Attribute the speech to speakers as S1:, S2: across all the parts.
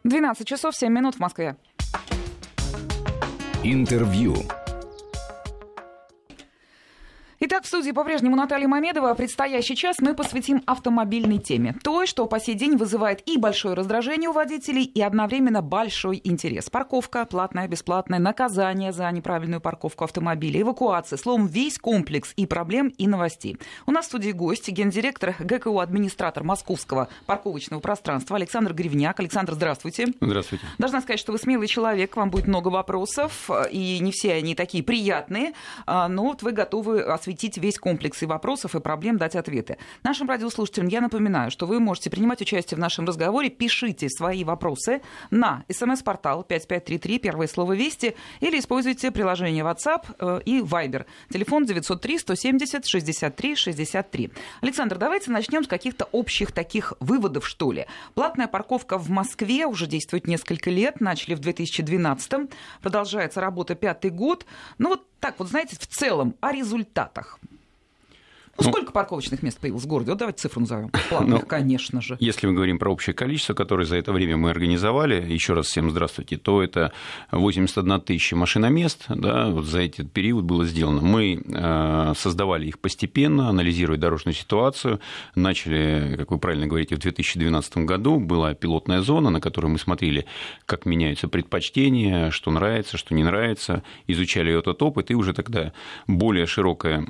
S1: 12 часов 7 минут в Москве.
S2: Интервью.
S1: Итак, в студии по-прежнему Наталья Мамедова. Предстоящий час мы посвятим автомобильной теме. Той, что по сей день вызывает и большое раздражение у водителей, и одновременно большой интерес. Парковка, платная, бесплатная, наказание за неправильную парковку автомобиля, эвакуация. Словом, весь комплекс и проблем, и новостей. У нас в студии гость, гендиректор ГКУ, администратор московского парковочного пространства Александр Гривняк. Александр, здравствуйте.
S3: Здравствуйте.
S1: Должна сказать, что вы смелый человек, вам будет много вопросов, и не все они такие приятные, но вот вы готовы осветить весь комплекс и вопросов, и проблем, дать ответы. Нашим радиослушателям я напоминаю, что вы можете принимать участие в нашем разговоре. Пишите свои вопросы на СМС-портал 5533, первое слово «Вести», или используйте приложение WhatsApp и Viber. Телефон 903-170-63-63. Александр, давайте начнем с каких-то общих таких выводов, что ли. Платная парковка в Москве уже действует несколько лет, начали в 2012-м, продолжается работа 5-й год. Ну вот так вот, знаете, в целом о результатах. Сколько парковочных мест появилось в городе? Вот давайте цифру назовем. Платных, конечно же.
S3: Если мы говорим про общее количество, которое за это время мы организовали, еще раз всем здравствуйте, то это 81 тысяча машиномест, да, вот за этот период было сделано. Мы создавали их постепенно, анализируя дорожную ситуацию. Начали, как вы правильно говорите, в 2012 году. Была пилотная зона, на которой мы смотрели, как меняются предпочтения, что нравится, что не нравится, изучали этот опыт, и уже тогда более широкое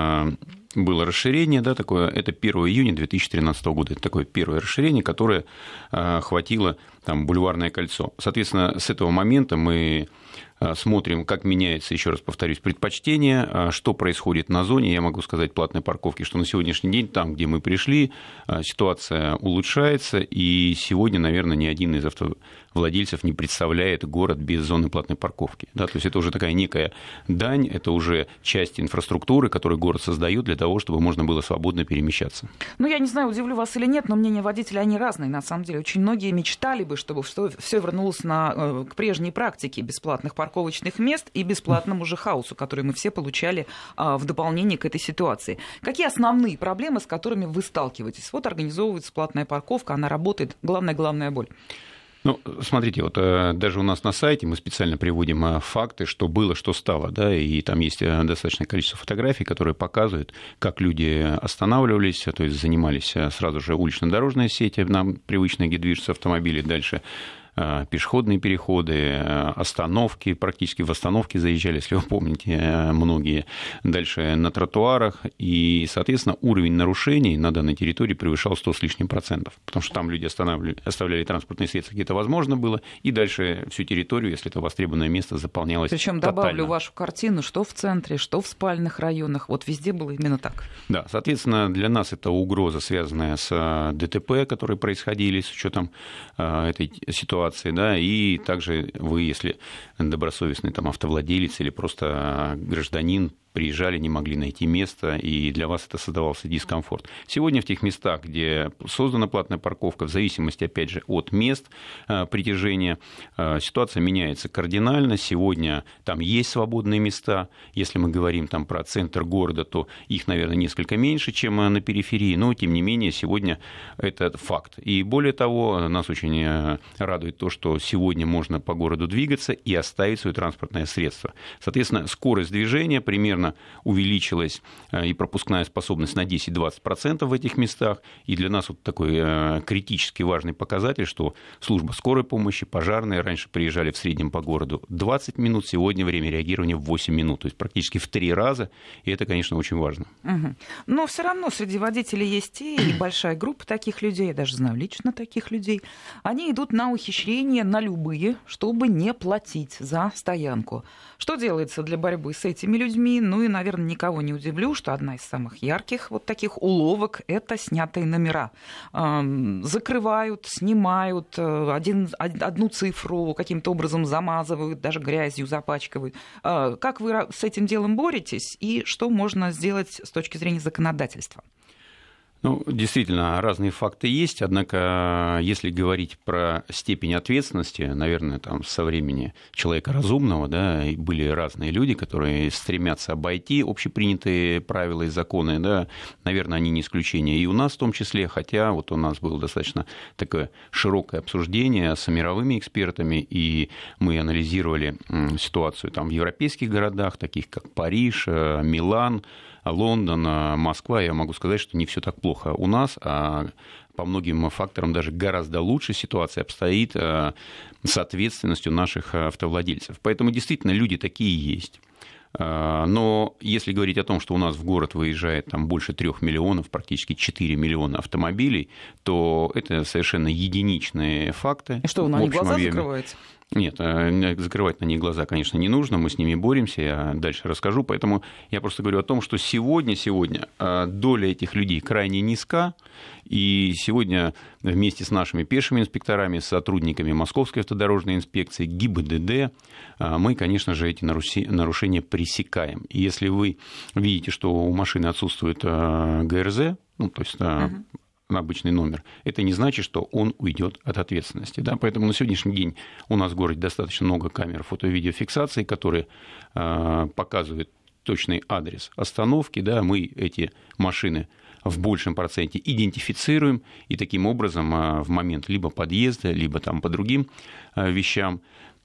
S3: было расширение, да, такое, это 1 июня 2013 года, это такое первое расширение, которое охватило там Бульварное кольцо. Соответственно, с этого момента мы смотрим, как меняется, еще раз повторюсь, предпочтение, что происходит на зоне, я могу сказать, платной парковки, что на сегодняшний день, там, где мы пришли, ситуация улучшается, и сегодня, наверное, ни один из автовладельцев не представляет город без зоны платной парковки. Да, то есть это уже такая некая дань, это уже часть инфраструктуры, которую город создает для того, чтобы можно было свободно перемещаться.
S1: Ну, я не знаю, удивлю вас или нет, но мнения водителей, они разные, на самом деле. Очень многие мечтали бы, чтобы все вернулось к прежней практике бесплатных парковочных мест и бесплатному же хаусу, который мы все получали в дополнение к этой ситуации. Какие основные проблемы, с которыми вы сталкиваетесь? Вот организовывается платная парковка, она работает, главная боль.
S3: Ну, смотрите, вот даже у нас на сайте мы специально приводим факты, что было, что стало, да, и там есть достаточное количество фотографий, которые показывают, как люди останавливались, то есть занимались сразу же улично-дорожная сеть, нам привычная, где движутся автомобили, дальше пешеходные переходы, остановки, практически в остановке заезжали, если вы помните, многие, дальше на тротуарах, и, соответственно, уровень нарушений на данной территории превышал 100 с лишним %, потому что там люди оставляли транспортные средства, где это возможно было, и дальше всю территорию, если это востребованное место, заполнялось
S1: Причем
S3: тотально.
S1: Добавлю вашу картину, что в центре, что в спальных районах, вот везде было именно так.
S3: Да, соответственно, для нас это угроза, связанная с ДТП, которые происходили с учетом этой ситуации, да, и также вы, если добросовестный там автовладелец или просто гражданин, приезжали, не могли найти место, и для вас это создавался дискомфорт. Сегодня в тех местах, где создана платная парковка, в зависимости, опять же, от мест притяжения, ситуация меняется кардинально. Сегодня там есть свободные места. Если мы говорим там про центр города, то их, наверное, несколько меньше, чем на периферии, но, тем не менее, сегодня это факт. И более того, нас очень радует то, что сегодня можно по городу двигаться и оставить свое транспортное средство. Соответственно, скорость движения примерно увеличилась, и пропускная способность на 10-20% в этих местах. И для нас вот такой критически важный показатель, что служба скорой помощи, пожарные раньше приезжали в среднем по городу 20 минут, сегодня время реагирования в 8 минут. То есть практически в 3 раза, и это, конечно, очень важно.
S1: Угу. Но все равно среди водителей есть и большая группа таких людей, я даже знаю лично таких людей. Они идут на ухищрения, на любые, чтобы не платить за стоянку. Что делается для борьбы с этими людьми? Ну и, наверное, никого не удивлю, что одна из самых ярких вот таких уловок – это снятые номера. Закрывают, снимают, одну цифру каким-то образом замазывают, даже грязью запачкивают. Как вы с этим делом боретесь и что можно сделать с точки зрения законодательства?
S3: Ну, действительно, разные факты есть, однако, если говорить про степень ответственности, наверное, там, со времени человека разумного, да, и были разные люди, которые стремятся обойти общепринятые правила и законы, да, наверное, они не исключение и у нас в том числе, хотя вот у нас было достаточно такое широкое обсуждение с мировыми экспертами, и мы анализировали ситуацию там в европейских городах, таких как Париж, Милан, Лондон, Москва, я могу сказать, что не все так плохо у нас, а по многим факторам даже гораздо лучше ситуация обстоит с ответственностью наших автовладельцев. Поэтому действительно люди такие есть. Но если говорить о том, что у нас в город выезжает там больше 3 миллионов, практически 4 миллиона автомобилей, то это совершенно единичные факты.
S1: И что, вы на них глаза закрываете?
S3: Нет, закрывать на них глаза, конечно, не нужно, мы с ними боремся, я дальше расскажу, поэтому я просто говорю о том, что сегодня доля этих людей крайне низка, и сегодня вместе с нашими пешими инспекторами, с сотрудниками Московской автодорожной инспекции, ГИБДД, мы, конечно же, эти нарушения пресекаем. И если вы видите, что у машины отсутствует ГРЗ, ну, то есть обычный номер, это не значит, что он уйдет от ответственности. Да? Поэтому на сегодняшний день у нас в городе достаточно много камер фото- и видеофиксации, которые показывают точный адрес остановки. Да? Мы эти машины в большем проценте идентифицируем, и таким образом в момент либо подъезда, либо там по другим вещам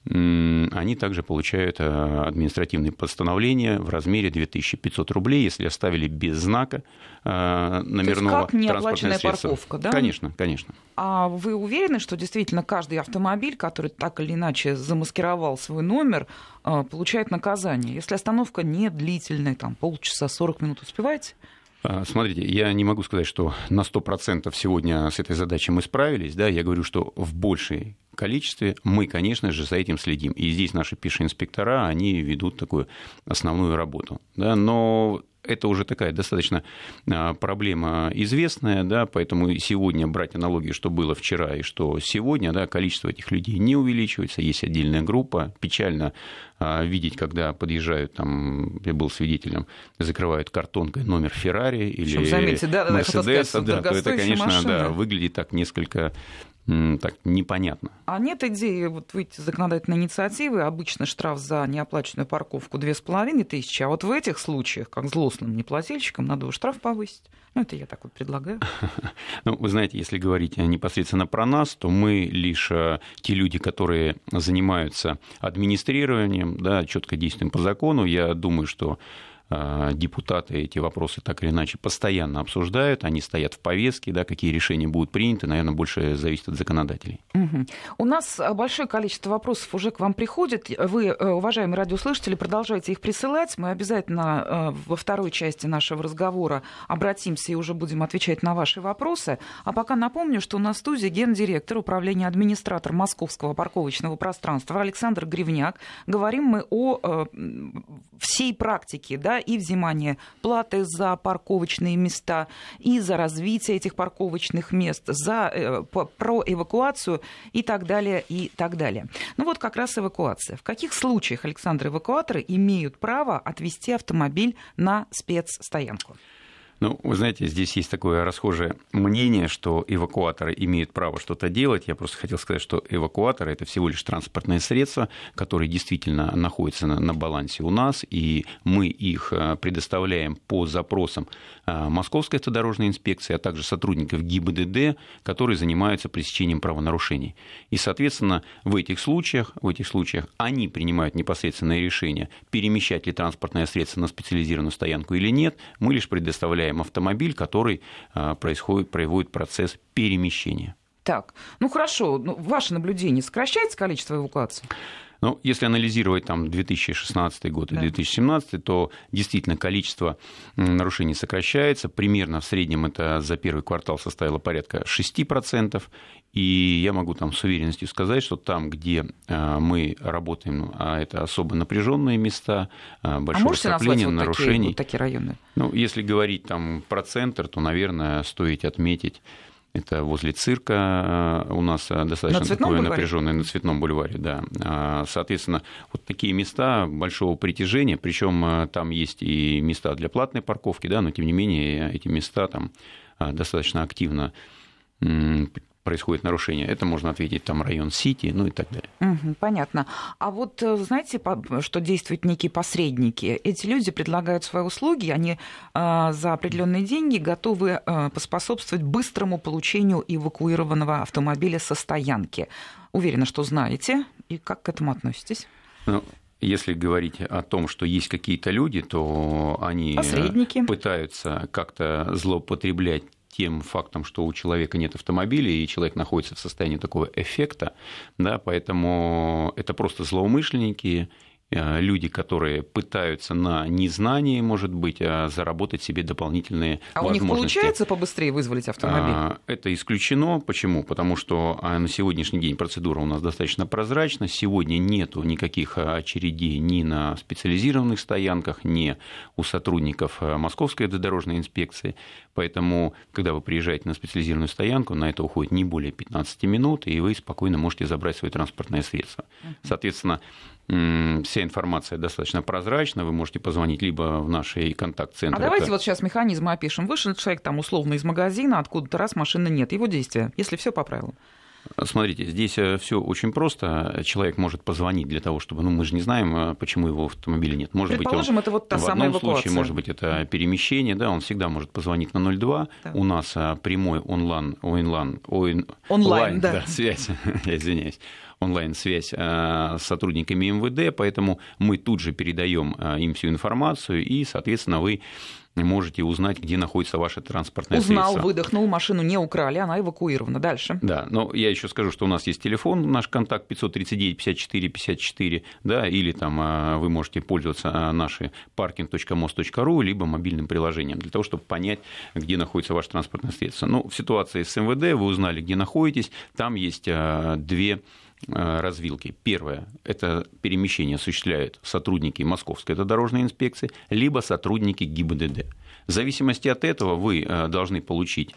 S3: они также получают административные постановления в размере 2500 рублей, если оставили без знака номерного транспортного средства.
S1: Парковка, да?
S3: Конечно, конечно.
S1: А вы уверены, что действительно каждый автомобиль, который так или иначе замаскировал свой номер, получает наказание? Если остановка не длительная, там полчаса, 40 минут, успеваете?
S3: Смотрите, я не могу сказать, что на 100% сегодня с этой задачей мы справились. Да? Я говорю, что в большей количестве мы, конечно же, за этим следим. И здесь наши пешие инспектора, они ведут такую основную работу. Да? Но это уже такая достаточно проблема известная, да, поэтому сегодня брать аналогию, что было вчера и что сегодня, да, количество этих людей не увеличивается, есть отдельная группа. Печально видеть, когда подъезжают, там, я был свидетелем, закрывают картонкой номер Феррари или Мерседеса, да, то это, конечно, да, выглядит так несколько так непонятно.
S1: А нет идеи вот выйти с законодательной инициативы, обычно штраф за неоплаченную парковку 2500, а вот в этих случаях, как злостным неплательщикам, надо штраф повысить. Ну, это я так вот предлагаю.
S3: Ну, вы знаете, если говорить непосредственно про нас, то мы лишь те люди, которые занимаются администрированием, да, четко действуем по закону. Я думаю, что депутаты эти вопросы так или иначе постоянно обсуждают, они стоят в повестке, да, какие решения будут приняты, наверное, больше зависит от законодателей.
S1: Угу. У нас большое количество вопросов уже к вам приходит. Вы, уважаемые радиослушатели, продолжайте их присылать. Мы обязательно во второй части нашего разговора обратимся и уже будем отвечать на ваши вопросы. А пока напомню, что у нас в студии гендиректор управления администратор Московского парковочного пространства Александр Гривняк. Говорим мы о всей практике, да, и взимание платы за парковочные места, и за развитие этих парковочных мест, про эвакуацию и так далее, и так далее. Ну вот как раз эвакуация. В каких случаях, Александр, эвакуаторы имеют право отвезти автомобиль на спецстоянку?
S3: Ну, вы знаете, здесь есть такое расхожее мнение, что эвакуаторы имеют право что-то делать. Я просто хотел сказать, что эвакуаторы – это всего лишь транспортные средства, которые действительно находятся на балансе у нас, и мы их предоставляем по запросам Московской автодорожной инспекции, а также сотрудников ГИБДД, которые занимаются пресечением правонарушений. И, соответственно, в этих случаях они принимают непосредственное решение, перемещать ли транспортное средство на специализированную стоянку или нет. Мы лишь предоставляем автомобиль, который проводит процесс перемещения.
S1: Так, ну хорошо, ваше наблюдение, сокращается количество эвакуаций?
S3: Ну, если анализировать там 2016 год и 2017, то действительно количество нарушений сокращается. Примерно в среднем это за первый квартал составило порядка 6%. И я могу там с уверенностью сказать, что там, где мы работаем, а это особо напряженные места, большое скопление нарушений.
S1: Вот такие районы?
S3: Ну, если говорить там про центр, то, наверное, стоит отметить, это возле цирка у нас достаточно такое напряженное, на Цветном бульваре, да. Соответственно, вот такие места большого притяжения, причем там есть и места для платной парковки, да, но тем не менее эти места там достаточно активно происходит нарушение. Это можно ответить там район Сити, ну и так далее.
S1: Понятно. А вот знаете, что действуют некие посредники? Эти люди предлагают свои услуги, они за определенные деньги готовы поспособствовать быстрому получению эвакуированного автомобиля со стоянки. Уверена, что знаете. И как к этому относитесь?
S3: Ну, если говорить о том, что есть какие-то люди, то они
S1: посредники
S3: пытаются как-то злоупотреблять тем фактом, что у человека нет автомобиля, и человек находится в состоянии такого эффекта, да, поэтому это просто злоумышленники, люди, которые пытаются на незнании, может быть, заработать себе дополнительные возможности.
S1: А у них получается побыстрее вызволить автомобиль?
S3: Это исключено. Почему? Потому что на сегодняшний день процедура у нас достаточно прозрачна. Сегодня нету никаких очередей ни на специализированных стоянках, ни у сотрудников Московской дорожной инспекции. Поэтому, когда вы приезжаете на специализированную стоянку, на это уходит не более 15 минут, и вы спокойно можете забрать свое транспортное средство. Соответственно, вся информация достаточно прозрачна, вы можете позвонить либо в наши контакт-центры.
S1: А давайте вот сейчас механизм опишем. Вышел человек там условно из магазина, откуда-то раз машины нет, его действия, если все по правилам.
S3: Смотрите, здесь все очень просто. Человек может позвонить для того, чтобы, мы же не знаем, почему его автомобиля нет. Может быть,
S1: это вот та
S3: в
S1: самая
S3: одном
S1: эвакуация.
S3: случае, может быть, это перемещение, да, он всегда может позвонить на 02. Да. У нас прямой связь, я извиняюсь, онлайн-связь с сотрудниками МВД, поэтому мы тут же передаем им всю информацию, и, соответственно, вы можете узнать, где находится ваше транспортное средство.
S1: Узнал, выдохнул, машину не украли, она эвакуирована. Дальше.
S3: Да, но я еще скажу, что у нас есть телефон, наш контакт 539-54-54, да, или там вы можете пользоваться нашей parking.mos.ru, либо мобильным приложением, для того, чтобы понять, где находится ваше транспортное средство. Ну, в ситуации с МВД вы узнали, где находитесь, там есть две развилки. Первое – это перемещение осуществляют сотрудники Московской дорожной инспекции, либо сотрудники ГИБДД. В зависимости от этого вы должны получить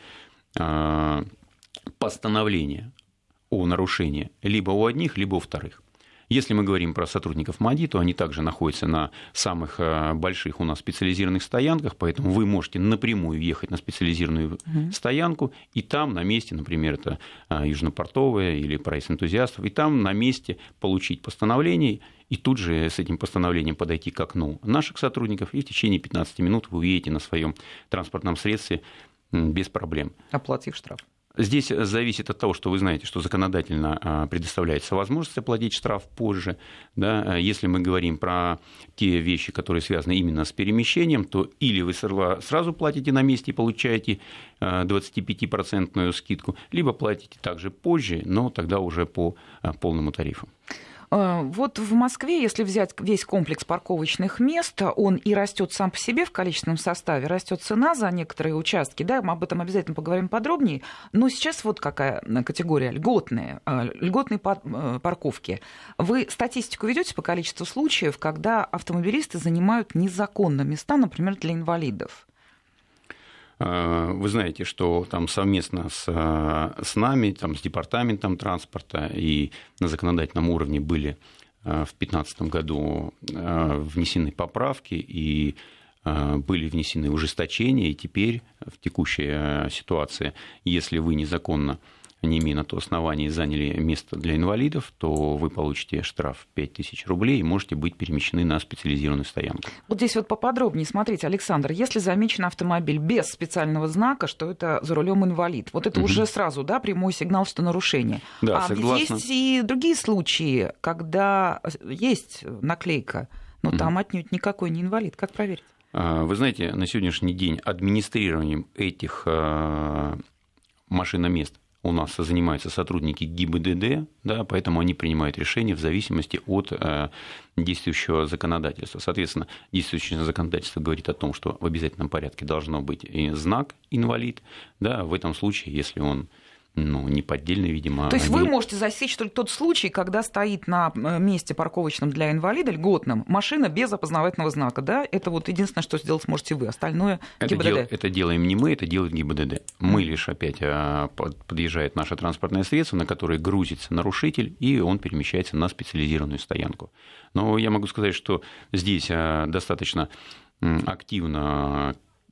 S3: постановление о нарушении либо у одних, либо у вторых. Если мы говорим про сотрудников МАДИ, то они также находятся на самых больших у нас специализированных стоянках, поэтому вы можете напрямую ехать на специализированную стоянку, и там на месте, например, это Южнопортовая или проезд энтузиастов, и там на месте получить постановление, и тут же с этим постановлением подойти к окну наших сотрудников, и в течение 15 минут вы уедете на своем транспортном средстве без проблем.
S1: Оплатив штраф.
S3: Здесь зависит от того, что вы знаете, что законодательно предоставляется возможность оплатить штраф позже. Да? Если мы говорим про те вещи, которые связаны именно с перемещением, то или вы сразу платите на месте и получаете 25% скидку, либо платите также позже, но тогда уже по полному тарифу.
S1: Вот в Москве, если взять весь комплекс парковочных мест, он и растет сам по себе в количественном составе, растет цена за некоторые участки, да, мы об этом обязательно поговорим подробнее, но сейчас вот какая категория: льготные парковки. Вы статистику ведете по количеству случаев, когда автомобилисты занимают незаконно места, например, для инвалидов?
S3: Вы знаете, что там совместно с нами, там, с департаментом транспорта и на законодательном уровне были в 2015 году внесены поправки и были внесены ужесточения, и теперь в текущей ситуации, если вы незаконно, не имея на то оснований, заняли место для инвалидов, то вы получите штраф 5000 рублей и можете быть перемещены на специализированную стоянку. Вот
S1: здесь вот поподробнее. Смотрите, Александр, если замечен автомобиль без специального знака, что это за рулем инвалид, вот это уже сразу, да, прямой сигнал, что нарушение.
S3: Да, согласна.
S1: Ведь есть и другие случаи, когда есть наклейка, но там отнюдь никакой не инвалид. Как проверить?
S3: Вы знаете, на сегодняшний день администрированием этих машиномест у нас занимаются сотрудники ГИБДД, да, поэтому они принимают решения в зависимости от действующего законодательства. Соответственно, действующее законодательство говорит о том, что в обязательном порядке должно быть и знак «инвалид». Да, в этом случае, если он не поддельный, видимо.
S1: То есть вы можете засечь только тот случай, когда стоит на месте парковочном для инвалида, льготном, машина без опознавательного знака, да? Это вот единственное, что сделать сможете вы, остальное ГИБДД.
S3: Это делаем не мы, это делает ГИБДД. Мы лишь опять подъезжает наше транспортное средство, на которое грузится нарушитель, и он перемещается на специализированную стоянку. Но я могу сказать, что здесь достаточно активно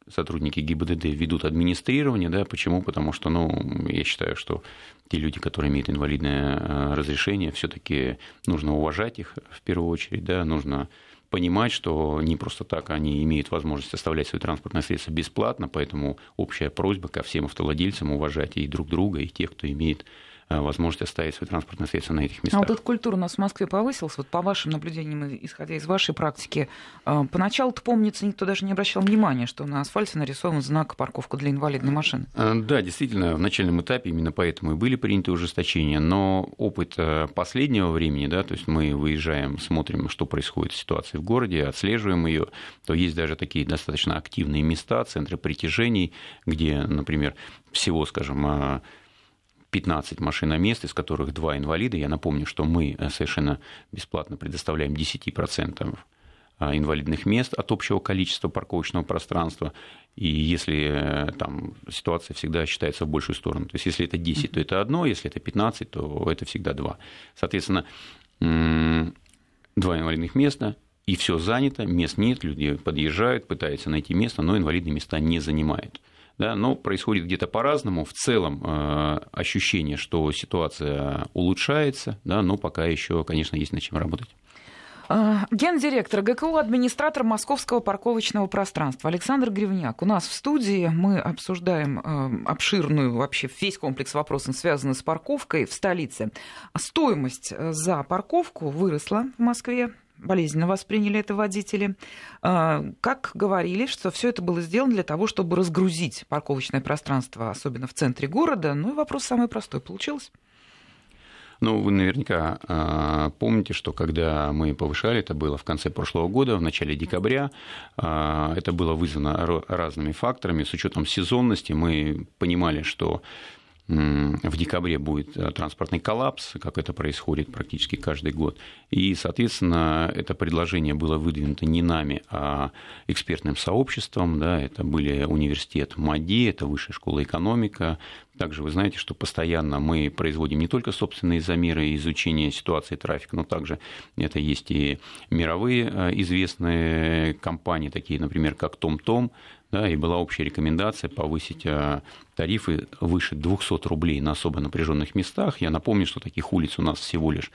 S3: сотрудники ГИБДД ведут администрирование. Да, почему? Потому что, я считаю, что те люди, которые имеют инвалидное разрешение, все-таки нужно уважать их в первую очередь, да, нужно понимать, что не просто так они имеют возможность оставлять свои транспортные средства бесплатно, поэтому общая просьба ко всем автовладельцам уважать и друг друга, и тех, кто имеет возможность оставить свои транспортные средства на этих местах.
S1: А вот эта культура у нас в Москве повысилась, вот по вашим наблюдениям, исходя из вашей практики, поначалу-то, помнится, никто даже не обращал внимания, что на асфальте нарисован знак «Парковка для инвалидной машины». Да,
S3: действительно, в начальном этапе именно поэтому и были приняты ужесточения, но опыт последнего времени, да, то есть мы выезжаем, смотрим, что происходит в ситуации в городе, отслеживаем ее, то есть даже такие достаточно активные места, центры притяжений, где, например, всего, скажем, 15 машиномест, из которых 2 инвалида. Я напомню, что мы совершенно бесплатно предоставляем 10% инвалидных мест от общего количества парковочного пространства. И если там ситуация всегда считается в большую сторону. То есть, если это 10, то это одно, если это 15, то это всегда 2. Соответственно, 2 инвалидных места, и все занято, мест нет, люди подъезжают, пытаются найти место, но инвалидные места не занимают. Да, но происходит где-то по-разному. В целом ощущение, что ситуация улучшается, да, но пока еще, конечно, есть над чем работать.
S1: Гендиректор ГКУ, администратор Московского парковочного пространства Александр Гривняк у нас в студии. Мы обсуждаем обширную, вообще весь комплекс вопросов, связанный с парковкой в столице. Стоимость за парковку выросла в Москве. Болезненно восприняли это водители. Как говорили, что все это было сделано для того, чтобы разгрузить парковочное пространство, особенно в центре города. Ну и вопрос самый простой. Получилось?
S3: Вы наверняка помните, что когда мы повышали, это было в конце прошлого года, в начале декабря, это было вызвано разными факторами. С учетом сезонности мы понимали, что в декабре будет транспортный коллапс, как это происходит практически каждый год. И, соответственно, это предложение было выдвинуто не нами, а экспертным сообществом. Да, это были университет МАДИ, это Высшая школа экономика. Также вы знаете, что постоянно мы производим не только собственные замеры и изучение ситуации трафика, но также это есть и мировые известные компании, такие, например, как TomTom. Да, и была общая рекомендация повысить тарифы выше 200 рублей на особо напряженных местах. Я напомню, что таких улиц у нас всего лишь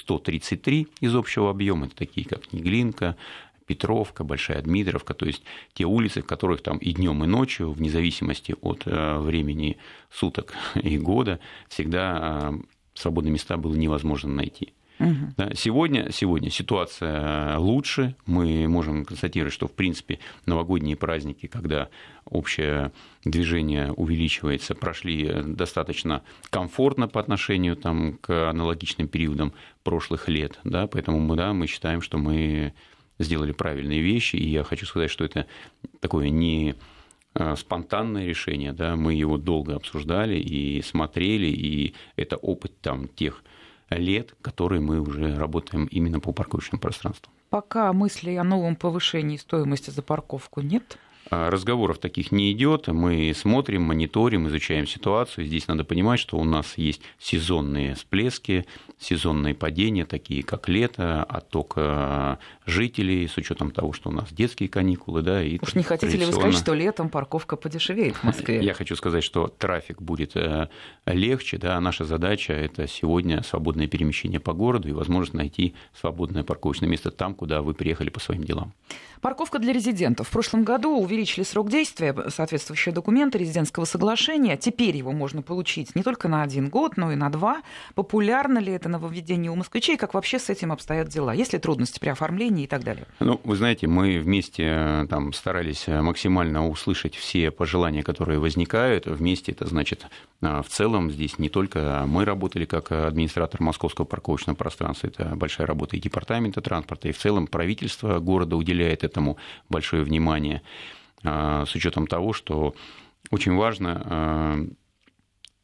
S3: 133 из общего объема. Это такие, как Неглинка, Петровка, Большая Дмитровка, то есть те улицы, в которых там и днем, и ночью, вне зависимости от времени суток и года, всегда свободные места было невозможно найти. Да, сегодня ситуация лучше. Мы можем констатировать, что, в принципе, новогодние праздники, когда общее движение увеличивается, прошли достаточно комфортно по отношению к аналогичным периодам прошлых лет. Да, поэтому мы считаем, что мы сделали правильные вещи. И я хочу сказать, что это такое не спонтанное решение. Да, мы его долго обсуждали и смотрели, и это опыт тех лет, которые мы уже работаем именно по парковочному пространству.
S1: Пока мыслей о новом повышении стоимости за парковку нет?
S3: Разговоров таких не идет. Мы смотрим, мониторим, изучаем ситуацию. Здесь надо понимать, что у нас есть сезонные всплески, сезонные падения, такие как лето, отток жителей, с учетом того, что у нас детские каникулы. Да, и
S1: уж не хотите ли вы сказать, что летом парковка подешевеет в Москве?
S3: Я хочу сказать, что трафик будет легче. Да, наша задача – это сегодня свободное перемещение по городу и возможность найти свободное парковочное место там, куда вы приехали по своим делам.
S1: Парковка для резидентов. В прошлом году увеличили срок действия соответствующего документа резидентского соглашения. Теперь его можно получить не только на 1 год, но и на 2. Популярно ли это нововведение у москвичей? Как вообще с этим обстоят дела? Есть ли трудности при оформлении и так далее?
S3: Вы знаете, мы вместе старались максимально услышать все пожелания, которые возникают. Вместе это значит, в целом здесь не только мы работали как администратор Московского парковочного пространства, это большая работа и департамента транспорта, и в целом правительство города уделяет этому большое внимание, с учетом того, что очень важно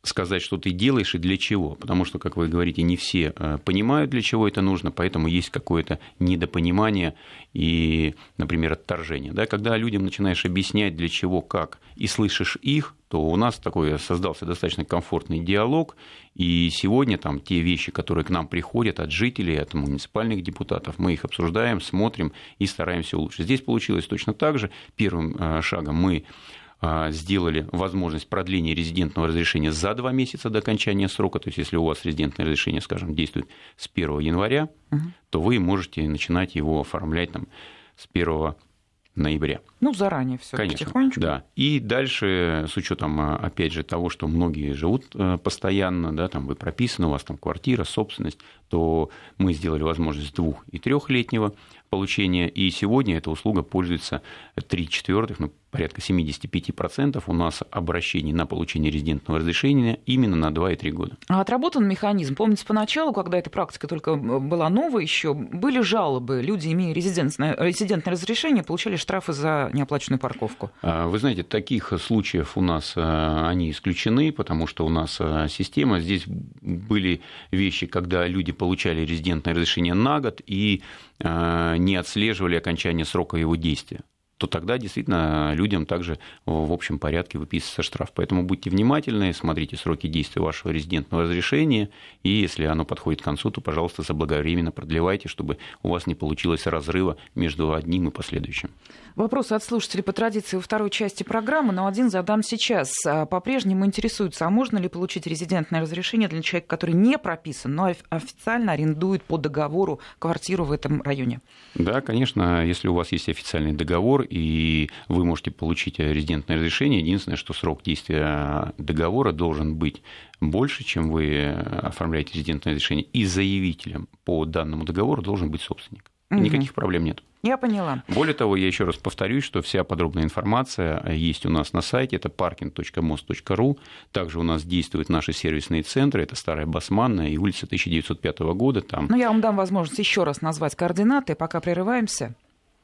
S3: сказать, что ты делаешь и для чего. Потому что, как вы говорите, не все понимают, для чего это нужно, поэтому есть какое-то недопонимание и, например, отторжение. Да? Когда людям начинаешь объяснять, для чего, как, и слышишь их, то у нас такой создался достаточно комфортный диалог. И сегодня там те вещи, которые к нам приходят от жителей, от муниципальных депутатов, мы их обсуждаем, смотрим и стараемся улучшить. Здесь получилось точно так же. Первым шагом мы сделали возможность продления резидентного разрешения за 2 месяца до окончания срока. То есть, если у вас резидентное разрешение, скажем, действует с 1 января, то вы можете начинать его оформлять там, с 1 ноября.
S1: Ну, заранее все потихонечку.
S3: Да. И дальше, с учетом, опять же, того, что многие живут постоянно, да, там вы прописаны, у вас там квартира, собственность, то мы сделали возможность 2- и 3-летнего получения, и сегодня эта услуга пользуется 3/4, порядка 75% у нас обращений на получение резидентного разрешения именно на 2 и 3 года.
S1: А отработан механизм. Помните, поначалу, когда эта практика только была новая еще, были жалобы. Люди, имея резидентное разрешение, получали штрафы за неоплаченную парковку.
S3: Вы знаете, таких случаев у нас они исключены, потому что у нас система. Здесь были вещи, когда люди получали резидентное разрешение на год и не отслеживали окончание срока его действия, то тогда действительно людям также в общем порядке выписывается штраф. Поэтому будьте внимательны, смотрите сроки действия вашего резидентного разрешения, и если оно подходит к концу, то, пожалуйста, заблаговременно продлевайте, чтобы у вас не получилось разрыва между одним и последующим.
S1: Вопросы от слушателей по традиции во второй части программы, но один задам сейчас. По-прежнему интересуется, а можно ли получить резидентное разрешение для человека, который не прописан, но официально арендует по договору квартиру в этом районе? Да,
S3: конечно, если у вас есть официальный договор, и вы можете получить резидентное разрешение, единственное, что срок действия договора должен быть больше, чем вы оформляете резидентное разрешение, и заявителем по данному договору должен быть собственник. Никаких проблем нет.
S1: Я поняла.
S3: Более того, я еще раз повторюсь, что вся подробная информация есть у нас на сайте, это parking.mos.ru. Также у нас действуют наши сервисные центры, это Старая Басманная и улица 1905 года. Там...
S1: Я вам дам возможность еще раз назвать координаты, пока прерываемся.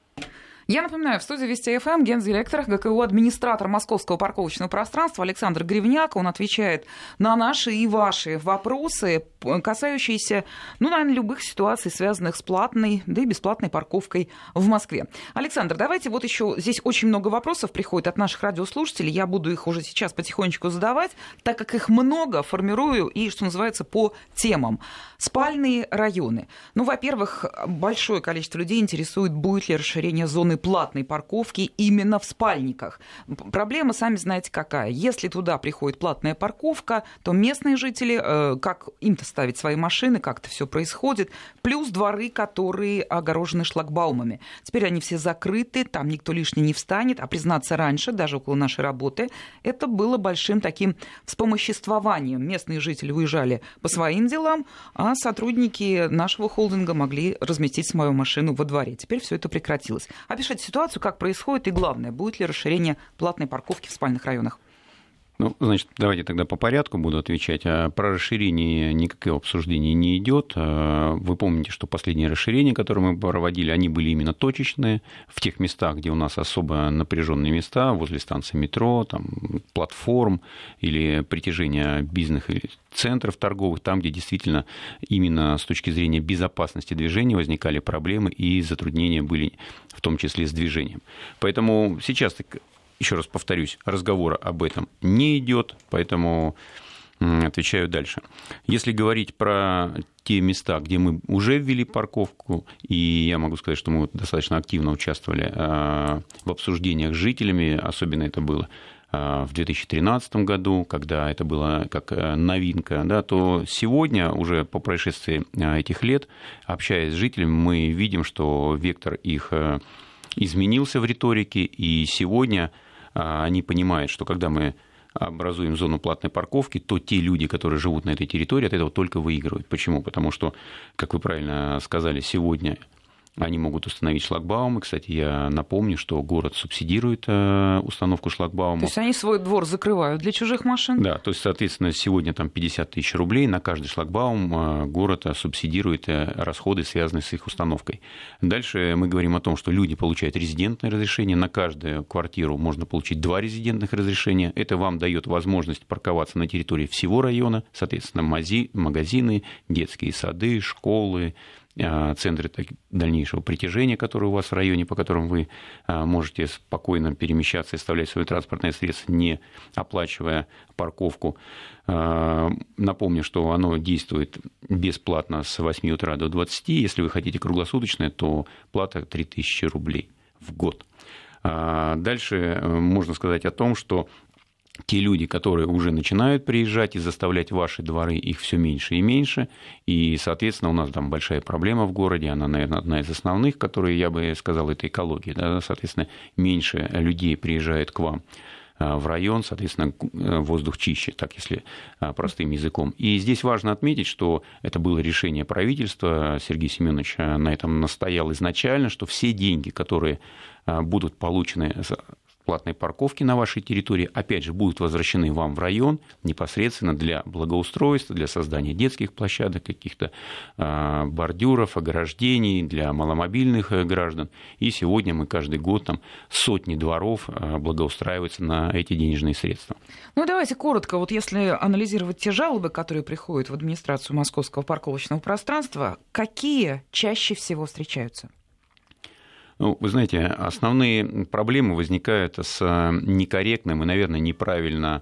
S1: Я напоминаю, в студии Вести ФМ гендиректор ГКУ, администратор Московского парковочного пространства Александр Гривняк. Он отвечает на наши и ваши вопросы, касающиеся, наверное, любых ситуаций, связанных с платной, да и бесплатной парковкой в Москве. Александр, давайте вот еще, здесь очень много вопросов приходит от наших радиослушателей. Я буду их уже сейчас потихонечку задавать, так как их много, формирую и, что называется, по темам. Спальные районы. Во-первых, большое количество людей интересует, будет ли расширение зоны платной парковки именно в спальниках. Проблема, сами знаете, какая. Если туда приходит платная парковка, то местные жители, как им-то ставить свои машины, как это все происходит, плюс дворы, которые огорожены шлагбаумами. Теперь они все закрыты, там никто лишний не встанет, а признаться, раньше, даже около нашей работы, это было большим таким вспомоществованием. Местные жители уезжали по своим делам, а сотрудники нашего холдинга могли разместить свою машину во дворе. Теперь все это прекратилось. Опишите ситуацию, как происходит, и главное, будет ли расширение платной парковки в спальных районах?
S3: Значит, давайте тогда по порядку буду отвечать. Про расширение никакого обсуждения не идет. Вы помните, что последние расширения, которые мы проводили, они были именно точечные, в тех местах, где у нас особо напряженные места, возле станции метро, там, платформ или притяжения бизнес-центров торговых, там, где действительно именно с точки зрения безопасности движения возникали проблемы и затруднения были в том числе с движением. Поэтому сейчас... Еще раз повторюсь, разговора об этом не идет, поэтому отвечаю дальше. Если говорить про те места, где мы уже ввели парковку, и я могу сказать, что мы достаточно активно участвовали в обсуждениях с жителями, особенно это было в 2013 году, когда это было как новинка, да, то сегодня, уже по прошествии этих лет, общаясь с жителями, мы видим, что вектор их изменился в риторике, и сегодня они понимают, что когда мы образуем зону платной парковки, то те люди, которые живут на этой территории, от этого только выигрывают. Почему? Потому что, как вы правильно сказали, сегодня они могут установить шлагбаумы. Кстати, я напомню, что город субсидирует установку шлагбаума.
S1: То есть они свой двор закрывают для чужих машин?
S3: Да, то есть, соответственно, сегодня там 50 тысяч рублей на каждый шлагбаум город субсидирует расходы, связанные с их установкой. Дальше мы говорим о том, что люди получают резидентное разрешение. На каждую квартиру можно получить 2 резидентных разрешения. Это вам дает возможность парковаться на территории всего района, соответственно, магазины, детские сады, школы, центры дальнейшего притяжения, которые у вас в районе, по которым вы можете спокойно перемещаться и оставлять свое транспортное средство, не оплачивая парковку. Напомню, что оно действует бесплатно с 8 утра до 20. Если вы хотите круглосуточное, то плата 3000 рублей в год. Дальше можно сказать о том, что те люди, которые уже начинают приезжать и заставлять ваши дворы, их все меньше и меньше, и, соответственно, у нас там большая проблема в городе, она, наверное, одна из основных, которые, я бы сказал, это экология, да? Соответственно, меньше людей приезжает к вам в район, соответственно, воздух чище, так если простым языком. И здесь важно отметить, что это было решение правительства, Сергей Семенович на этом настоял изначально, что все деньги, которые будут получены платной парковки на вашей территории, опять же, будут возвращены вам в район непосредственно для благоустройства, для создания детских площадок, каких-то бордюров, ограждений для маломобильных граждан. И сегодня мы каждый год там сотни дворов благоустраиваются на эти денежные средства.
S1: Ну, давайте коротко. Вот если анализировать те жалобы, которые приходят в администрацию московского парковочного пространства, какие чаще всего встречаются?
S3: Ну, вы знаете, основные проблемы возникают с некорректным и, наверное, неправильно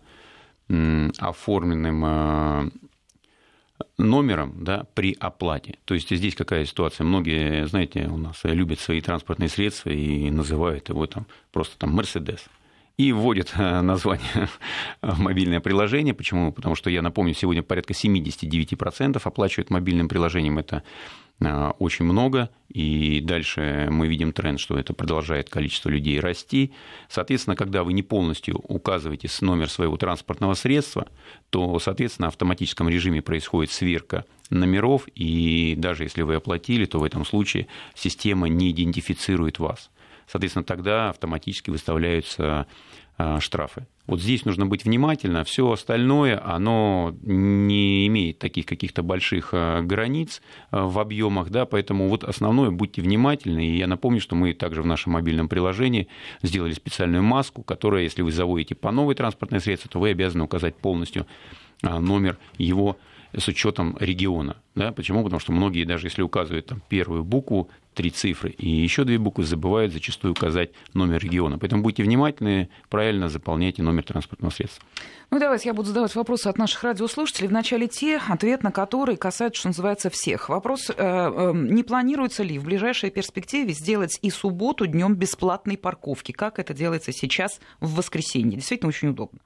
S3: оформленным номером, да, при оплате. То есть здесь какая ситуация? Многие, знаете, у нас любят свои транспортные средства и называют его там просто там «Мерседес». И вводят название в мобильное приложение. Почему? Потому что, я напомню, сегодня порядка 79% оплачивают мобильным приложением. Это очень много, и дальше мы видим тренд, что это продолжает количество людей расти. Соответственно, когда вы не полностью указываете номер своего транспортного средства, то, соответственно, в автоматическом режиме происходит сверка номеров, и даже если вы оплатили, то в этом случае система не идентифицирует вас. Соответственно, тогда автоматически выставляются штрафы. Вот здесь нужно быть внимательно. Все остальное, оно не имеет таких каких-то больших границ в объемах, да, поэтому вот основное, будьте внимательны. И я напомню, что мы также в нашем мобильном приложении сделали специальную маску, которая, если вы заводите по новой транспортное средство, то вы обязаны указать полностью номер его с учетом региона. Да? Почему? Потому что многие, даже если указывают там первую букву, 3 цифры и еще 2 буквы, забывают зачастую указать номер региона. Поэтому будьте внимательны, правильно заполняйте номер транспортного средства.
S1: Ну, давайте я буду задавать вопросы от наших радиослушателей. Вначале те, ответ на которые касается, что называется, всех. Вопрос, не планируется ли в ближайшей перспективе сделать и субботу днем бесплатной парковки, как это делается сейчас в воскресенье? Действительно очень удобно.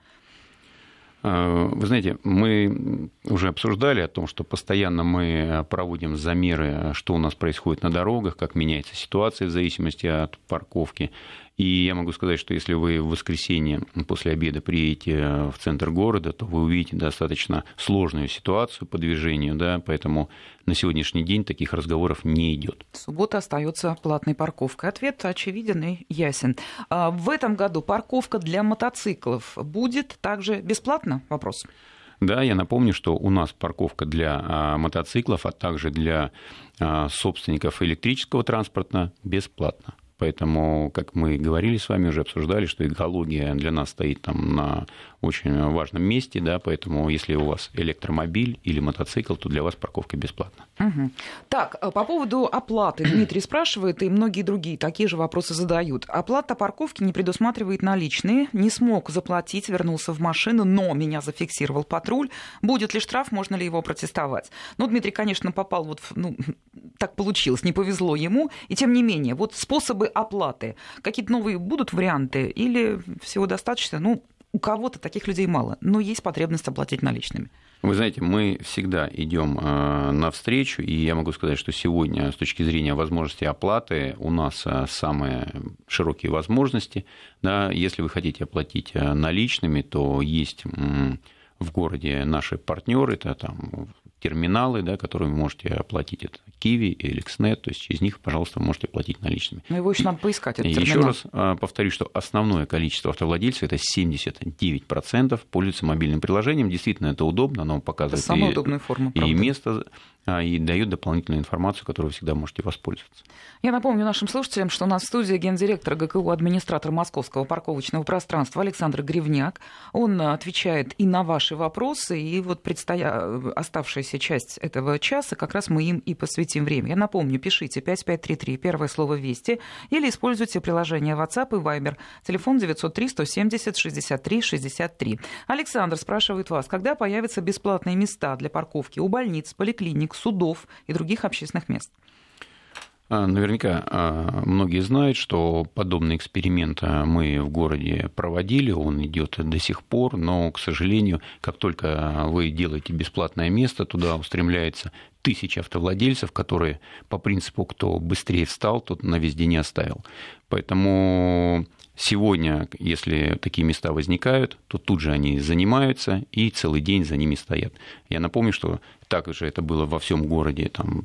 S3: Вы знаете, мы уже обсуждали о том, что постоянно мы проводим замеры, что у нас происходит на дорогах, как меняется ситуация в зависимости от парковки. И я могу сказать, что если вы в воскресенье после обеда приедете в центр города, то вы увидите достаточно сложную ситуацию по движению, да, поэтому на сегодняшний день таких разговоров не идет.
S1: Суббота остается платной парковкой. Ответ очевиден и ясен. В этом году парковка для мотоциклов будет также бесплатна? Вопрос.
S3: Да, я напомню, что у нас парковка для мотоциклов, а также для собственников электрического транспорта бесплатна. Поэтому, как мы говорили с вами, уже обсуждали, что экология для нас стоит там на очень важном месте, да, поэтому если у вас электромобиль или мотоцикл, то для вас парковка бесплатна.
S1: Угу. Так, по поводу оплаты Дмитрий спрашивает, и многие другие такие же вопросы задают. Оплата парковки не предусматривает наличные, не смог заплатить, вернулся в машину, но меня зафиксировал патруль. Будет ли штраф, можно ли его протестовать? Ну, Дмитрий, конечно, попал вот, так получилось, не повезло ему, и тем не менее, вот способы оплаты, какие-то новые будут варианты или всего достаточно? У кого-то таких людей мало, но есть потребность оплатить наличными.
S3: Вы знаете, мы всегда идем навстречу, и я могу сказать, что сегодня с точки зрения возможности оплаты у нас самые широкие возможности. Да, если вы хотите оплатить наличными, то есть в городе наши партнеры, это там терминалы, да, которые вы можете оплатить. Это Kiwi, Elixnet, то есть через них, пожалуйста, вы можете оплатить наличными.
S1: Но его еще надо поискать, этот терминал.
S3: Еще раз повторю, что основное количество автовладельцев, это 79%, пользуются мобильным приложением. Действительно, это удобно, оно показывает
S1: это самая удобная форма,
S3: и место, и дает дополнительную информацию, которой вы всегда можете воспользоваться.
S1: Я напомню нашим слушателям, что у нас в студии гендиректор ГКУ, администратор Московского парковочного пространства Александр Гривняк. Он отвечает и на ваши вопросы, и вот оставшаяся часть этого часа, как раз мы им и посвятим время. Я напомню, пишите 5533, первое слово «Вести», или используйте приложение WhatsApp и Viber. Телефон 903-170-63-63. Александр спрашивает вас, когда появятся бесплатные места для парковки у больниц, поликлиник, судов и других общественных мест?
S3: Наверняка многие знают, что подобный эксперимент мы в городе проводили, он идет до сих пор, но, к сожалению, как только вы делаете бесплатное место, туда устремляется тысячи автовладельцев, которые по принципу «кто быстрее встал, тот на весь день и оставил». Поэтому сегодня, если такие места возникают, то тут же они занимаются и целый день за ними стоят. Я напомню, что так же это было во всем городе там,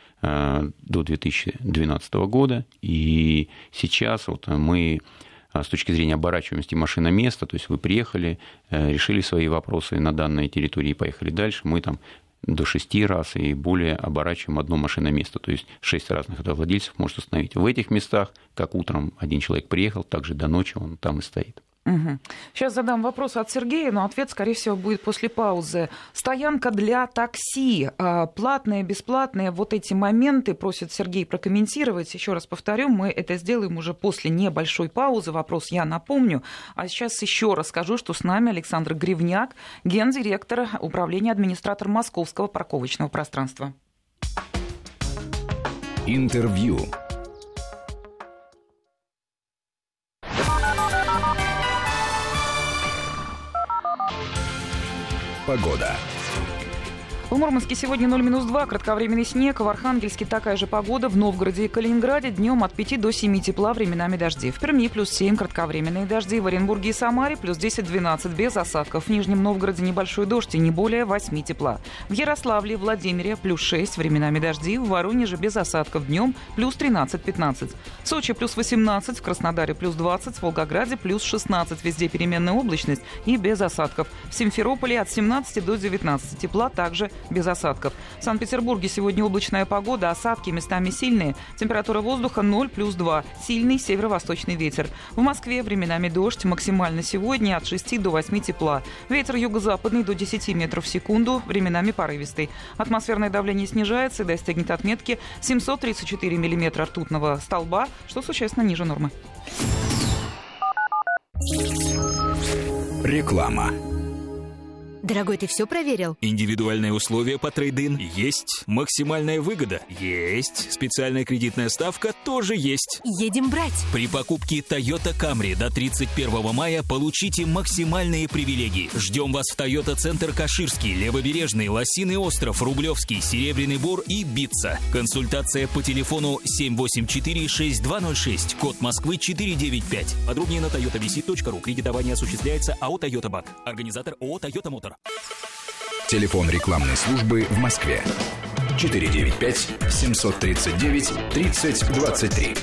S3: до 2012 года, и сейчас вот мы с точки зрения оборачиваемости машиноместа, то есть вы приехали, решили свои вопросы на данной территории и поехали дальше, мы там до 6 раз и более оборачиваем одно машиноместо, то есть 6 разных автовладельцев может установить. В этих местах, как утром один человек приехал, так же до ночи он там и стоит.
S1: Угу. Сейчас задам вопрос от Сергея, но ответ, скорее всего, будет после паузы. Стоянка для такси, платные, бесплатные, вот эти моменты просит Сергей прокомментировать. Еще раз повторю, мы это сделаем уже после небольшой паузы. Вопрос я напомню. А сейчас еще раз скажу, что с нами Александр Гривняк, гендиректор управления, администратор Московского парковочного пространства.
S2: Интервью. Погода.
S1: В Мурманске сегодня 0-2, кратковременный снег. В Архангельске такая же погода. В Новгороде и Калининграде днем от 5 до 7 тепла, временами дожди. В Перми +7, кратковременные дожди. В Оренбурге и Самаре +10-12, без осадков. В Нижнем Новгороде небольшой дождь и не более 8 тепла. В Ярославле и Владимире +6, временами дожди. В Воронеже без осадков, днем +13-15. В Сочи +18, в Краснодаре +20, в Волгограде +16. Везде переменная облачность и без осадков. В Симферополе от 17 до 19 тепла, также без осадков. В Санкт-Петербурге сегодня облачная погода, осадки местами сильные. Температура воздуха 0+2, сильный северо-восточный ветер. В Москве временами дождь, максимально сегодня от 6 до 8 тепла. Ветер юго-западный до 10 метров в секунду, временами порывистый. Атмосферное давление снижается и достигнет отметки 734 миллиметра ртутного столба, что существенно ниже нормы.
S2: Реклама.
S4: Дорогой, ты все проверил?
S5: Индивидуальные условия по трейд-ин есть. Максимальная выгода есть. Специальная кредитная ставка тоже есть.
S4: Едем брать.
S5: При покупке Toyota Camry до 31 мая получите максимальные привилегии. Ждем вас в Toyota Центр Каширский, Левобережный, Лосиный остров, Рублевский, Серебряный Бор и Битца. Консультация по телефону 784-6206, код Москвы 495. Подробнее на toyotabc.ru. Кредитование осуществляется АО «Тойота Банк». Организатор ООО «Тойота Мотор».
S2: Телефон рекламной службы в Москве 495-739-3023.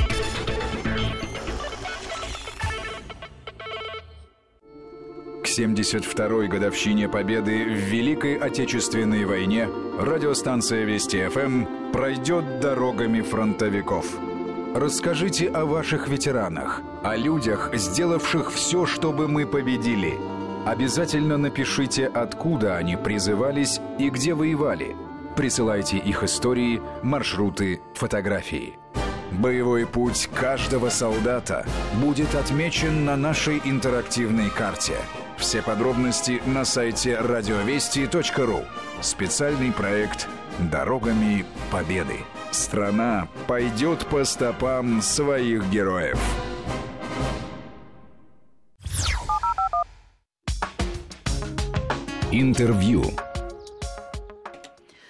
S2: К 72-й годовщине Победы в Великой Отечественной войне радиостанция Вести ФМ пройдет дорогами фронтовиков. Расскажите о ваших ветеранах, о людях, сделавших все, чтобы мы победили. Обязательно напишите, откуда они призывались и где воевали. Присылайте их истории, маршруты, фотографии. Боевой путь каждого солдата будет отмечен на нашей интерактивной карте. Все подробности на сайте радиовести.ру. Специальный проект «Дорогами Победы». Страна пойдет по стопам своих героев. Интервью.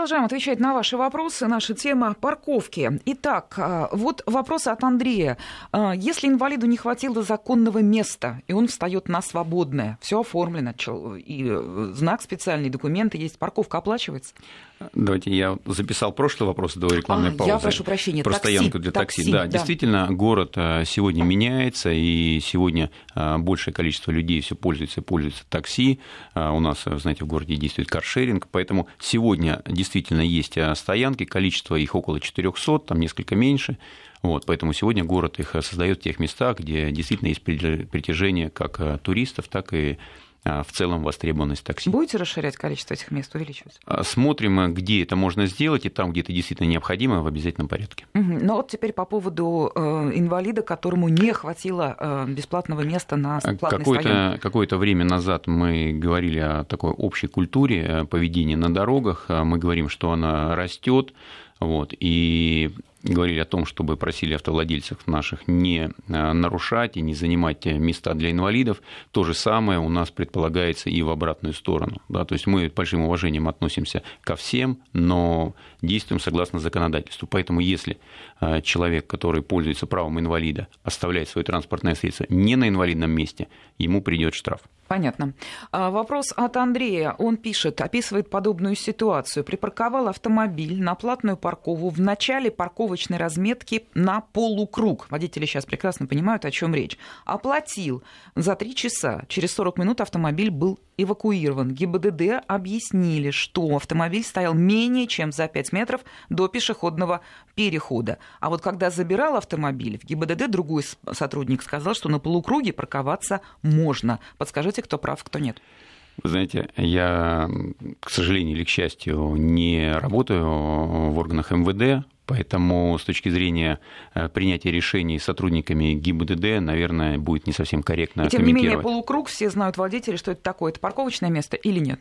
S1: Продолжаем отвечать на ваши вопросы. Наша тема – парковки. Итак, вот вопрос от Андрея. Если инвалиду не хватило законного места, и он встает на свободное, все оформлено, и знак специальный, документы есть, парковка оплачивается?
S3: Давайте я записал прошлый вопрос до рекламной паузы.
S1: Я прошу прощения.
S3: Про стоянку для такси. Да, действительно, город сегодня меняется, и сегодня большее количество людей все пользуются такси. У нас, знаете, в городе действует каршеринг, поэтому сегодня действительно есть стоянки, количество их около 400, там несколько меньше. Вот, поэтому сегодня город их создает в тех местах, где действительно есть притяжение как туристов, так и в целом востребованность такси.
S1: Будете расширять количество этих мест, увеличивать?
S3: Смотрим, где это можно сделать, и там, где это действительно необходимо, в обязательном порядке.
S1: Ну вот теперь по поводу инвалида, которому не хватило бесплатного места на платной стоянке.
S3: Какое-то время назад мы говорили о такой общей культуре поведения на дорогах. Мы говорим, что она растет. Вот, и говорили о том, чтобы просили автовладельцев наших не нарушать и не занимать места для инвалидов. То же самое у нас предполагается и в обратную сторону. Да? То есть мы с большим уважением относимся ко всем, но действуем согласно законодательству. Поэтому если человек, который пользуется правом инвалида, оставляет свое транспортное средство не на инвалидном месте, ему придет штраф.
S1: Понятно. Вопрос от Андрея. Он пишет, описывает подобную ситуацию. Припарковал автомобиль на платную парковку в начале парковочной разметки на полукруг. Водители сейчас прекрасно понимают, о чем речь. Оплатил за 3 часа. Через 40 минут автомобиль был эвакуирован. ГИБДД объяснили, что автомобиль стоял менее чем за 5 метров до пешеходного перехода. А вот когда забирал автомобиль, в ГИБДД другой сотрудник сказал, что на полукруге парковаться можно. Подскажите, кто прав, кто нет.
S3: Вы знаете, я, к сожалению или к счастью, не работаю в органах МВД, поэтому с точки зрения принятия решений сотрудниками ГИБДД, наверное, будет не совсем корректно
S1: комментировать. И тем не менее, полукруг, все знают водители, что это такое. Это парковочное место или нет?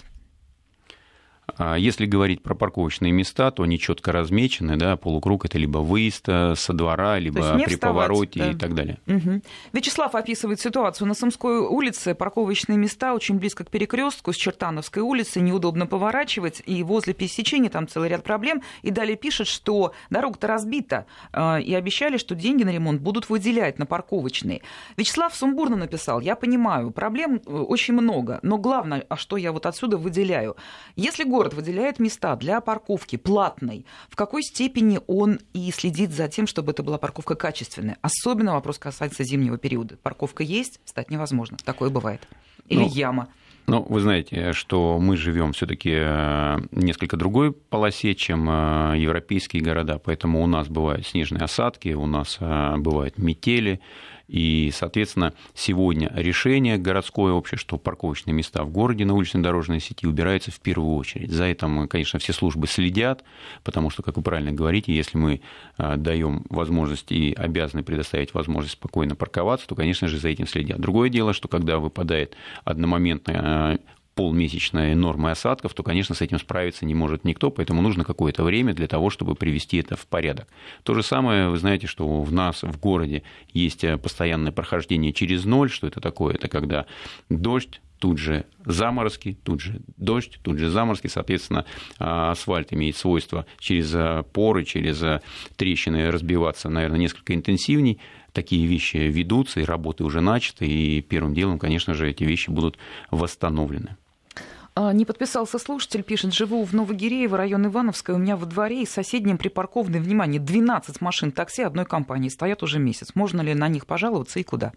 S3: Если говорить про парковочные места, то они четко размечены, да, полукруг – это либо выезд со двора, либо при повороте, да, и так далее.
S1: Угу. Вячеслав описывает ситуацию. На Сумской улице парковочные места очень близко к перекрестку с Чертановской улицы, неудобно поворачивать, и возле пересечения там целый ряд проблем. И далее пишет, что дорога-то разбита, и обещали, что деньги на ремонт будут выделять на парковочные. Вячеслав сумбурно написал, я понимаю, проблем очень много, но главное, что я вот отсюда выделяю. Если город выделяет места для парковки платной, в какой степени он и следит за тем, чтобы это была парковка качественная? Особенно вопрос касается зимнего периода. Парковка есть, встать невозможно. Такое бывает. Или яма.
S3: Ну, вы знаете, что мы живем все-таки в несколько другой полосе, чем европейские города, поэтому у нас бывают снежные осадки, у нас бывают метели. И, соответственно, сегодня решение городское общее, что парковочные места в городе на уличной дорожной сети убираются в первую очередь. За этим, конечно, все службы следят, потому что, как вы правильно говорите, если мы даем возможность и обязаны предоставить возможность спокойно парковаться, то, конечно же, за этим следят. Другое дело, что когда выпадает одномоментная полмесячной нормы осадков, то, конечно, с этим справиться не может никто, поэтому нужно какое-то время для того, чтобы привести это в порядок. То же самое, вы знаете, что у нас в городе есть постоянное прохождение через ноль. Что это такое? Это когда дождь, тут же заморозки, тут же дождь, тут же заморозки. Соответственно, асфальт имеет свойство через поры, через трещины разбиваться, наверное, несколько интенсивней. Такие вещи ведутся, и работы уже начаты, и первым делом, конечно же, эти вещи будут восстановлены.
S1: Не подписался слушатель, пишет, живу в Новогиреево, район Ивановская, у меня во дворе и соседнем припаркованы, внимание, 12 машин такси одной компании, стоят уже месяц. Можно ли на них пожаловаться и куда?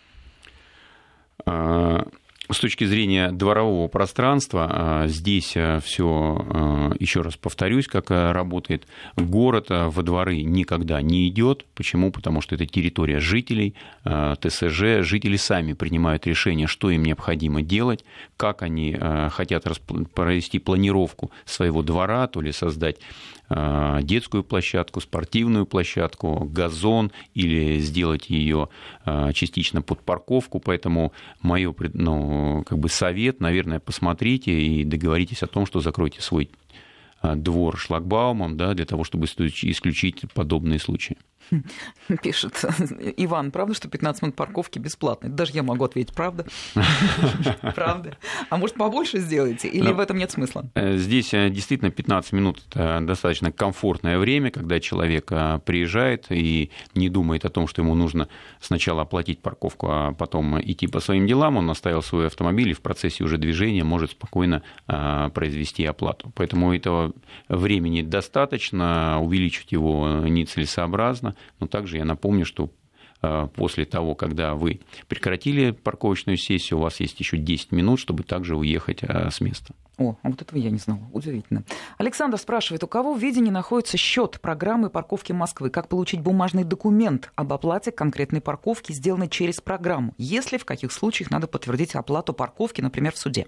S3: С точки зрения дворового пространства, здесь все, еще раз повторюсь, как работает город, во дворы никогда не идет. Почему? Потому что это территория жителей, ТСЖ. Жители сами принимают решение, что им необходимо делать, как они хотят провести планировку своего двора, то ли создать детскую площадку, спортивную площадку, газон или сделать ее частично под парковку. Поэтому мой совет, наверное, посмотрите и договоритесь о том, что закройте свой двор шлагбаумом, да, для того, чтобы исключить подобные случаи.
S1: Пишет Иван, правда, что 15 минут парковки бесплатно? Даже я могу ответить, правда? Правда. А может, побольше сделаете? Или в этом нет смысла?
S3: Здесь действительно 15 минут – это достаточно комфортное время, когда человек приезжает и не думает о том, что ему нужно сначала оплатить парковку, а потом идти по своим делам. Он оставил свой автомобиль и в процессе уже движения может спокойно произвести оплату. Поэтому этого времени достаточно, увеличить его нецелесообразно. Но также я напомню, что после того, когда вы прекратили парковочную сессию, у вас есть еще 10 минут, чтобы также уехать с места.
S1: О, вот этого я не знала. Удивительно. Александр спрашивает, у кого в ведении находится счет программы парковки Москвы? Как получить бумажный документ об оплате конкретной парковки, сделанной через программу? Если в каких случаях надо подтвердить оплату парковки, например, в суде?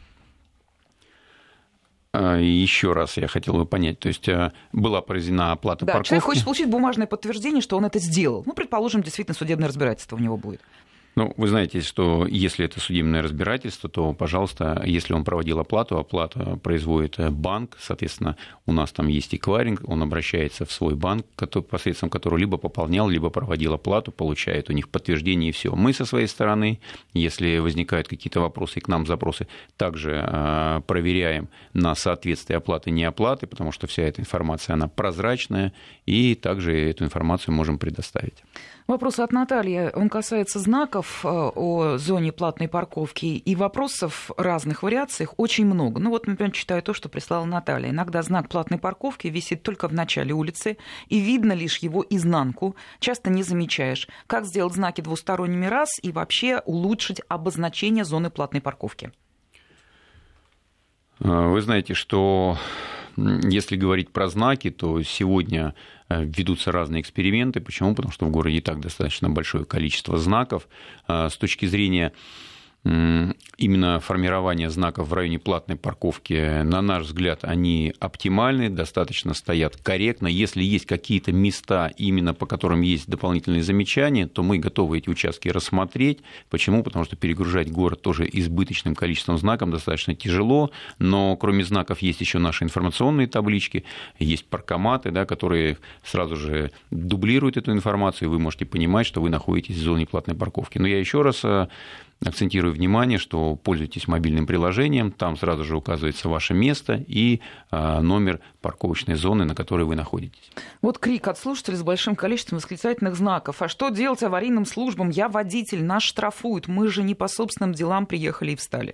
S3: Еще раз я хотел бы понять, то есть была произведена оплата парковки.
S1: Человек хочет получить бумажное подтверждение, что он это сделал. Ну, предположим, действительно судебное разбирательство у него будет.
S3: Ну, вы знаете, что если это судебное разбирательство, то, пожалуйста, если он проводил оплату производит банк, соответственно, у нас там есть эквайринг, он обращается в свой банк, посредством которого либо пополнял, либо проводил оплату, получает у них подтверждение и все. Мы со своей стороны, если возникают какие-то вопросы и к нам запросы, также проверяем на соответствие оплаты и неоплаты, потому что вся эта информация, она прозрачная, и также эту информацию можем предоставить.
S1: Вопрос от Натальи. Он касается знаков о зоне платной парковки. И вопросов в разных вариациях очень много. Ну вот, например, читаю то, что прислала Наталья. Иногда знак платной парковки висит только в начале улицы, и видно лишь его изнанку. Часто не замечаешь. Как сделать знаки двусторонними раз и вообще улучшить обозначение зоны платной парковки?
S3: Вы знаете, что если говорить про знаки, то сегодня ведутся разные эксперименты. Почему? Потому что в городе и так достаточно большое количество знаков. С точки зрения именно формирования знаков в районе платной парковки, на наш взгляд, они оптимальны, достаточно стоят корректно. Если есть какие-то места, именно по которым есть дополнительные замечания, то мы готовы эти участки рассмотреть. Почему? Потому что перегружать город тоже избыточным количеством знаков достаточно тяжело, но кроме знаков есть еще наши информационные таблички, есть паркоматы, да, которые сразу же дублируют эту информацию, и вы можете понимать, что вы находитесь в зоне платной парковки. Но я еще раз акцентирую внимание, что пользуйтесь мобильным приложением, там сразу же указывается ваше место и номер парковочной зоны, на которой вы находитесь.
S1: Вот крик от слушателей с большим количеством восклицательных знаков. А что делать аварийным службам? Я водитель, нас штрафуют, мы же не по собственным делам приехали и встали.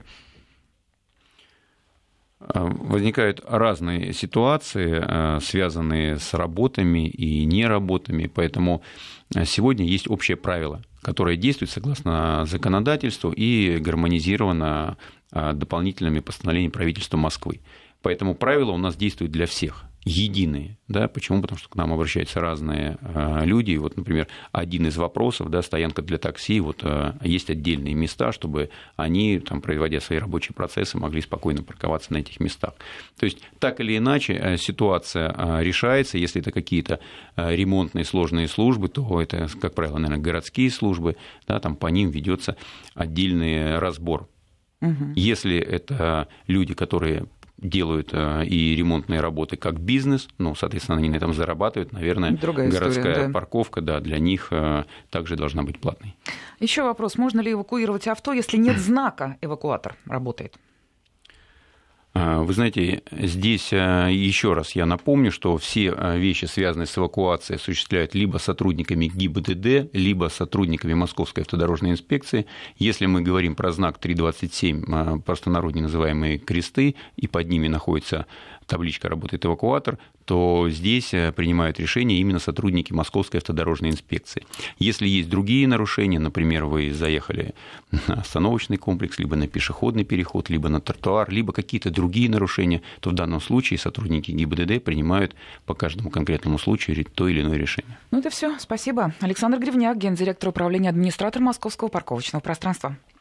S3: Возникают разные ситуации, связанные с работами и неработами, поэтому сегодня есть общее правило, которое действует согласно законодательству и гармонизировано дополнительными постановлениями правительства Москвы. Поэтому правила у нас действуют для всех, единые. Да? Почему? Потому что к нам обращаются разные люди. Вот, например, один из вопросов, да, стоянка для такси, вот, есть отдельные места, чтобы они, там, производя свои рабочие процессы, могли спокойно парковаться на этих местах. То есть, так или иначе, ситуация решается. Если это какие-то ремонтные сложные службы, то это, как правило, наверное, городские службы, да, там по ним ведется отдельный разбор. Угу. Если это люди, которые делают и ремонтные работы как бизнес, ну, соответственно, они на этом зарабатывают, наверное,
S1: другая
S3: городская
S1: история, да.
S3: Парковка, да, для них также должна быть платной.
S1: Еще вопрос, можно ли эвакуировать авто, если нет знака «эвакуатор» работает?
S3: Вы знаете, здесь еще раз я напомню, что все вещи, связанные с эвакуацией, осуществляют либо сотрудниками ГИБДД, либо сотрудниками Московской автодорожной инспекции. Если мы говорим про знак 327, простонародье называемые кресты, и под ними находится табличка «Работает эвакуатор», то здесь принимают решение именно сотрудники Московской автодорожной инспекции. Если есть другие нарушения, например, вы заехали на остановочный комплекс, либо на пешеходный переход, либо на тротуар, либо какие-то другие нарушения, то в данном случае сотрудники ГИБДД принимают по каждому конкретному случаю то или иное решение.
S1: Ну это все. Спасибо. Александр Гривняк, гендиректор управления администратор Московского парковочного пространства.